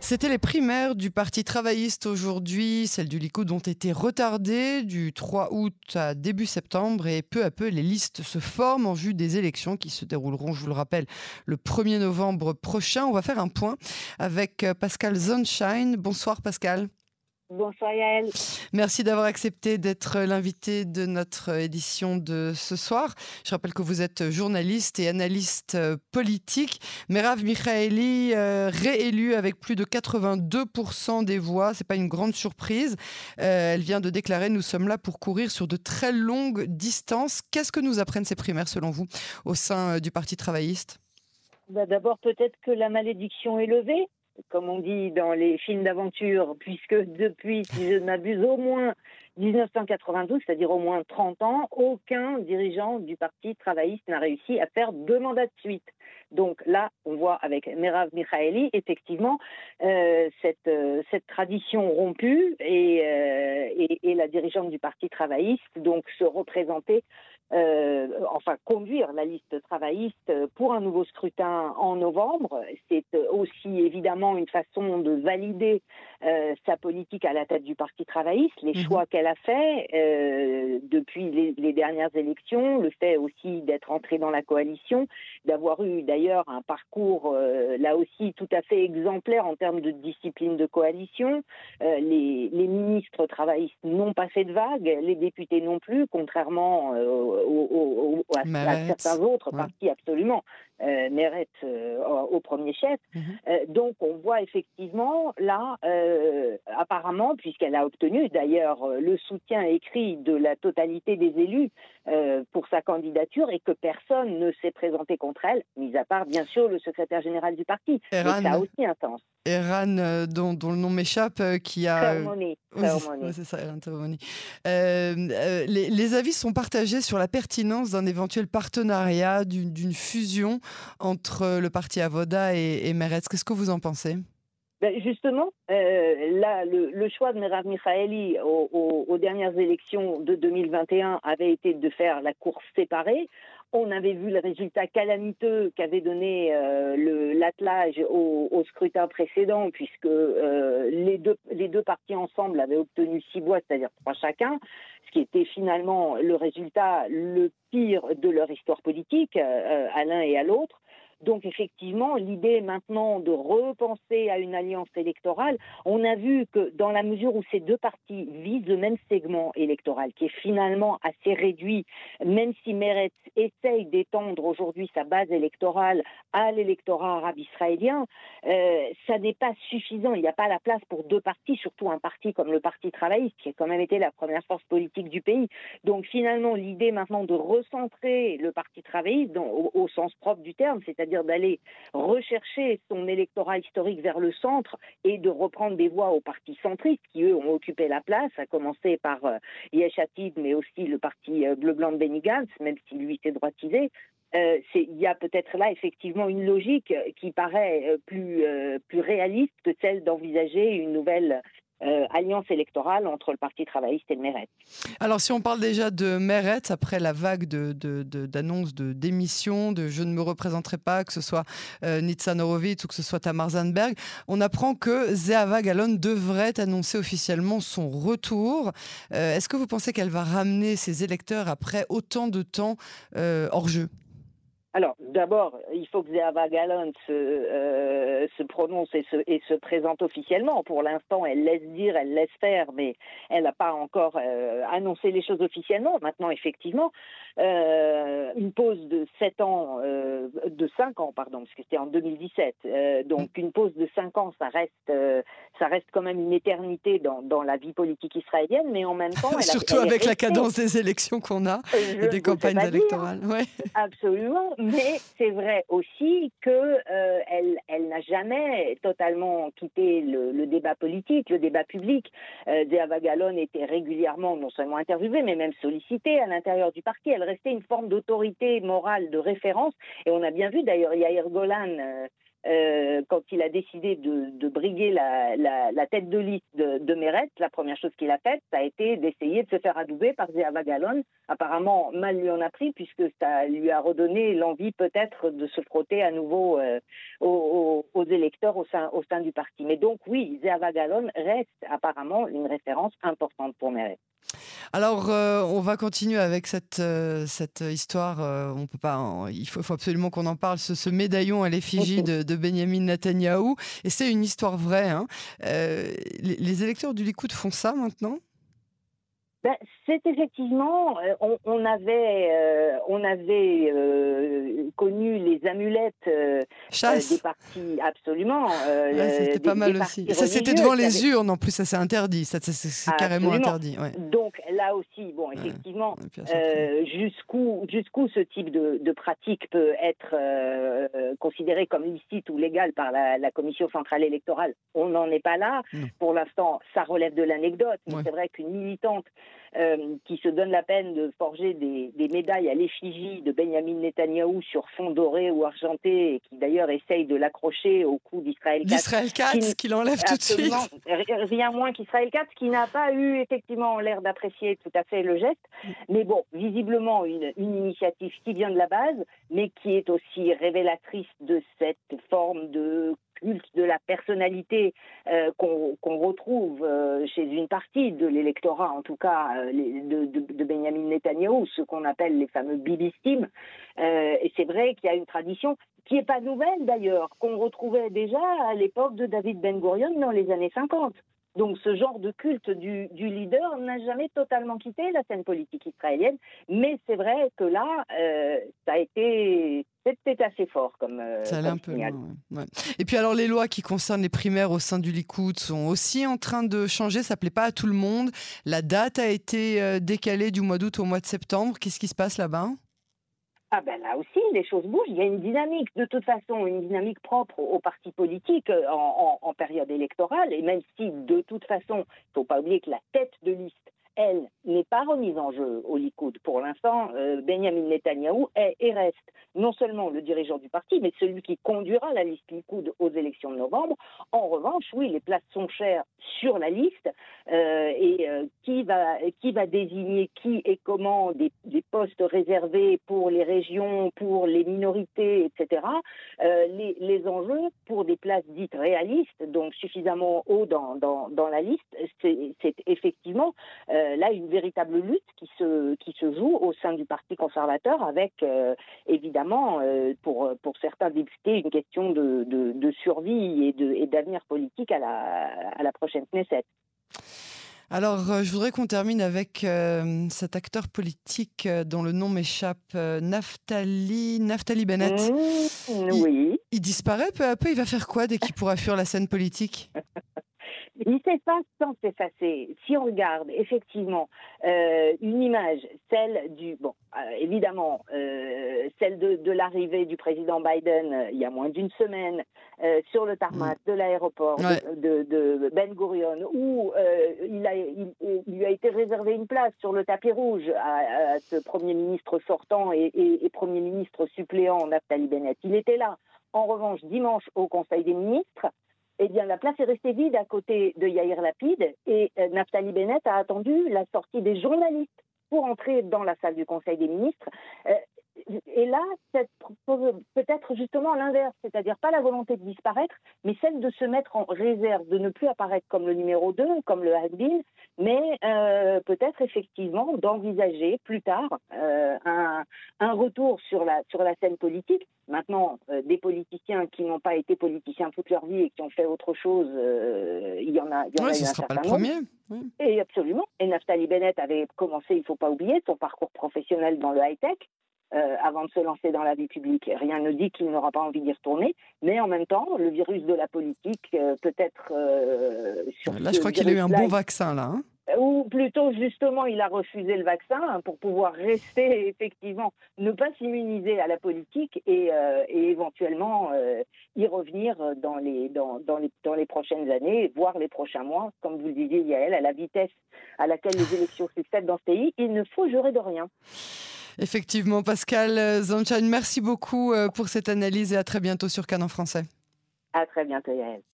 C'était les primaires du Parti travailliste aujourd'hui. Celles du Likoud ont été retardées du 3 août à début septembre et peu à peu, les listes se forment en vue des élections qui se dérouleront, je vous le rappelle, le 1er novembre prochain. On va faire un point avec Pascal Zonshine. Bonsoir Pascal. Bonsoir Yael. Merci d'avoir accepté d'être l'invité de notre édition de ce soir. Je rappelle que vous êtes journaliste et analyste politique. Merav Michaeli, réélue avec plus de 82% des voix. Ce n'est pas une grande surprise. Elle vient de déclarer « Nous sommes là pour courir sur de très longues distances ». Qu'est-ce que nous apprennent ces primaires selon vous au sein du Parti travailliste ? D'abord, peut-être que la malédiction est levée, comme on dit dans les films d'aventure, puisque depuis, si je ne m'abuse, au moins 1992, c'est-à-dire au moins 30 ans, aucun dirigeant du Parti travailliste n'a réussi à faire 2 mandats de suite. Donc là, on voit avec Merav Michaeli, effectivement, cette tradition rompue et la dirigeante du Parti travailliste donc se représenter, conduire la liste travailliste pour un nouveau scrutin en novembre. C'est aussi évidemment une façon de valider sa politique à la tête du Parti travailliste, les choix qu'elle a fait depuis les dernières élections, le fait aussi d'être entrée dans la coalition, d'avoir eu d'ailleurs un parcours là aussi tout à fait exemplaire en termes de discipline de coalition. Les ministres travaillistes n'ont pas fait de vagues, les députés non plus, contrairement à certains autres partis absolument. Meretz au premier chef. Donc on voit effectivement là, apparemment, puisqu'elle a obtenu d'ailleurs le soutien écrit de la totalité des élus pour sa candidature et que personne ne s'est présenté contre elle, mis à part bien sûr le secrétaire général du parti. Mais ça a aussi un sens. Eran, dont le nom m'échappe, qui a... Fermoni. C'est ça, Eran Fermoni. Les avis sont partagés sur la pertinence d'un éventuel partenariat, d'une fusion entre le parti Avoda et Meretz. Qu'est-ce que vous en pensez ? Justement, là, le choix de Merav Michaeli aux dernières élections de 2021 avait été de faire la course séparée. On avait vu le résultat calamiteux qu'avait donné l'attelage au scrutin précédent, puisque les deux partis ensemble avaient obtenu 6 voix, c'est-à-dire 3 chacun, ce qui était finalement le résultat le pire de leur histoire politique, à l'un et à l'autre. Donc effectivement, l'idée est maintenant de repenser à une alliance électorale. On a vu que dans la mesure où ces deux partis visent le même segment électoral, qui est finalement assez réduit, même si Meretz essaye d'étendre aujourd'hui sa base électorale à l'électorat arabe-israélien, ça n'est pas suffisant. Il n'y a pas la place pour 2 partis, surtout un parti comme le Parti travailliste, qui a quand même été la première force politique du pays. Donc finalement, l'idée maintenant de recentrer le Parti travailliste au sens propre du terme, c'est-à-dire d'aller rechercher son électorat historique vers le centre et de reprendre des voix aux partis centristes qui, eux, ont occupé la place, à commencer par Yesh Atid, mais aussi le parti bleu-blanc de Benny Gantz, même si lui s'est droitisé. Il y a peut-être là effectivement une logique qui paraît plus réaliste que celle d'envisager une nouvelle alliance électorale entre le Parti travailliste et le Meretz. Alors, si on parle déjà de Meretz, après la vague d'annonces de démission, de « je ne me représenterai pas », que ce soit Nitzan Horowitz ou que ce soit Tamar Zandberg, on apprend que Zehava Galon devrait annoncer officiellement son retour. Est-ce que vous pensez qu'elle va ramener ses électeurs après autant de temps hors jeu ? Alors, d'abord, il faut que Zehava Galon se prononce et se présente officiellement. Pour l'instant, elle laisse dire, elle laisse faire, mais elle n'a pas encore annoncé les choses officiellement. Maintenant, effectivement, une pause de 5 ans, parce que c'était en 2017. Donc, une pause de 5 ans, ça reste quand même une éternité dans la vie politique israélienne, mais en même temps... Surtout avec la cadence des élections qu'on a, et des campagnes électorales. Ouais. Absolument. Mais c'est vrai aussi qu'elle n'a jamais totalement quitté le débat politique, le débat public. Zehava Galon était régulièrement non seulement interviewée, mais même sollicitée à l'intérieur du parti. Elle restait une forme d'autorité morale de référence. Et on a bien vu d'ailleurs Yair Golan quand il a décidé de briguer la tête de liste de Meretz, la première chose qu'il a faite, ça a été d'essayer de se faire adouber par Zehava Galon. Apparemment, mal lui en a pris, puisque ça lui a redonné l'envie peut-être de se frotter à nouveau aux électeurs au sein du parti. Mais donc oui, Zehava Galon reste apparemment une référence importante pour Meretz. Alors, on va continuer avec cette histoire. On peut pas. Il faut absolument qu'on en parle. Ce médaillon à l'effigie de Benyamin Netanyahou. Et c'est une histoire vraie. Hein. Les électeurs du Likoud font ça maintenant ? C'est effectivement, on avait connu les amulettes des partis, absolument. C'était pas mal aussi. Ça, c'était devant les urnes, en plus, ça c'est interdit. C'est carrément interdit. Ouais. Donc là aussi, bon, effectivement, jusqu'où ce type de pratique peut être considéré comme licite ou légal par la Commission centrale électorale, on n'en est pas là. Non. Pour l'instant, ça relève de l'anecdote, mais c'est vrai qu'une militante qui se donne la peine de forger des médailles à l'effigie de Benyamin Netanyahou sur fond doré ou argenté, et qui d'ailleurs essaye de l'accrocher au cou d'Israël Katz. D'Israël Katz, qui l'enlève tout de suite. Rien moins qu'Israël Katz, qui n'a pas eu effectivement l'air d'apprécier tout à fait le geste. Mais bon, visiblement une initiative qui vient de la base, mais qui est aussi révélatrice de cette forme de culte de la personnalité qu'on retrouve chez une partie de l'électorat, en tout cas de Benyamin Netanyahou, ce qu'on appelle les fameux bibistimes. Et c'est vrai qu'il y a une tradition qui n'est pas nouvelle d'ailleurs, qu'on retrouvait déjà à l'époque de David Ben Gurion dans les années 50. Donc ce genre de culte du leader n'a jamais totalement quitté la scène politique israélienne, mais c'est vrai que là, c'était assez fort comme ça allait un peu loin, ouais. Et puis alors les lois qui concernent les primaires au sein du Likoud sont aussi en train de changer, ça ne plaît pas à tout le monde. La date a été décalée du mois d'août au mois de septembre. Qu'est-ce qui se passe là-bas ? Là aussi, les choses bougent. Il y a une dynamique, de toute façon, une dynamique propre aux partis politiques en période électorale. Et même si, de toute façon, il ne faut pas oublier que la tête de liste, elle, n'est pas remise en jeu au Likoud. Pour l'instant, Benyamin Netanyahou est et reste non seulement le dirigeant du parti, mais celui qui conduira la liste Likoud aux élections de novembre. En revanche, oui, les places sont chères sur la liste. Qui va désigner qui et comment des postes réservés pour les régions, pour les minorités, etc. Les enjeux pour des places dites réalistes, donc suffisamment haut dans la liste, c'est effectivement là une véritable lutte qui se joue au sein du Parti conservateur, avec évidemment pour certains députés une question de survie et d'avenir politique à la prochaine Knesset. Alors, je voudrais qu'on termine avec cet acteur politique dont le nom m'échappe, Naftali Bennett. Oui. Il disparaît peu à peu. Il va faire quoi dès qu'il pourra fuir la scène politique ? Il s'efface sans s'effacer. Si on regarde effectivement une image, celle évidemment, celle de l'arrivée du président Biden il y a moins d'une semaine sur le tarmac de l'aéroport de Ben Gurion, où il lui a été réservé une place sur le tapis rouge à ce Premier ministre sortant et Premier ministre suppléant Naftali Bennett. Il était là. En revanche, dimanche au Conseil des ministres, eh bien, la place est restée vide à côté de Yair Lapid et Naftali Bennett a attendu la sortie des journalistes pour entrer dans la salle du Conseil des ministres. Et là, c'est peut-être justement l'inverse, c'est-à-dire pas la volonté de disparaître, mais celle de se mettre en réserve, de ne plus apparaître comme le numéro 2, comme le has-been, mais peut-être effectivement d'envisager plus tard un retour sur la scène politique. Maintenant, des politiciens qui n'ont pas été politiciens toute leur vie et qui ont fait autre chose, il y en a eu un certain nombre. Premier. Oui. Et absolument. Et Naftali Bennett avait commencé, il ne faut pas oublier, son parcours professionnel dans le high-tech, avant de se lancer dans la vie publique. Rien ne dit qu'il n'aura pas envie d'y retourner, mais en même temps, le virus de la politique peut-être... là, je crois qu'il a eu un bon vaccin, là. Hein, ou plutôt, justement, il a refusé le vaccin pour pouvoir rester, effectivement, ne pas s'immuniser à la politique et éventuellement y revenir dans les prochaines années, voire les prochains mois. Comme vous le disiez, Yael, à la vitesse à laquelle les élections succèdent dans ce pays, il ne faut jurer de rien. Effectivement, Pascal Zanchan, merci beaucoup pour cette analyse et à très bientôt sur Cannes en français. À très bientôt, Yael.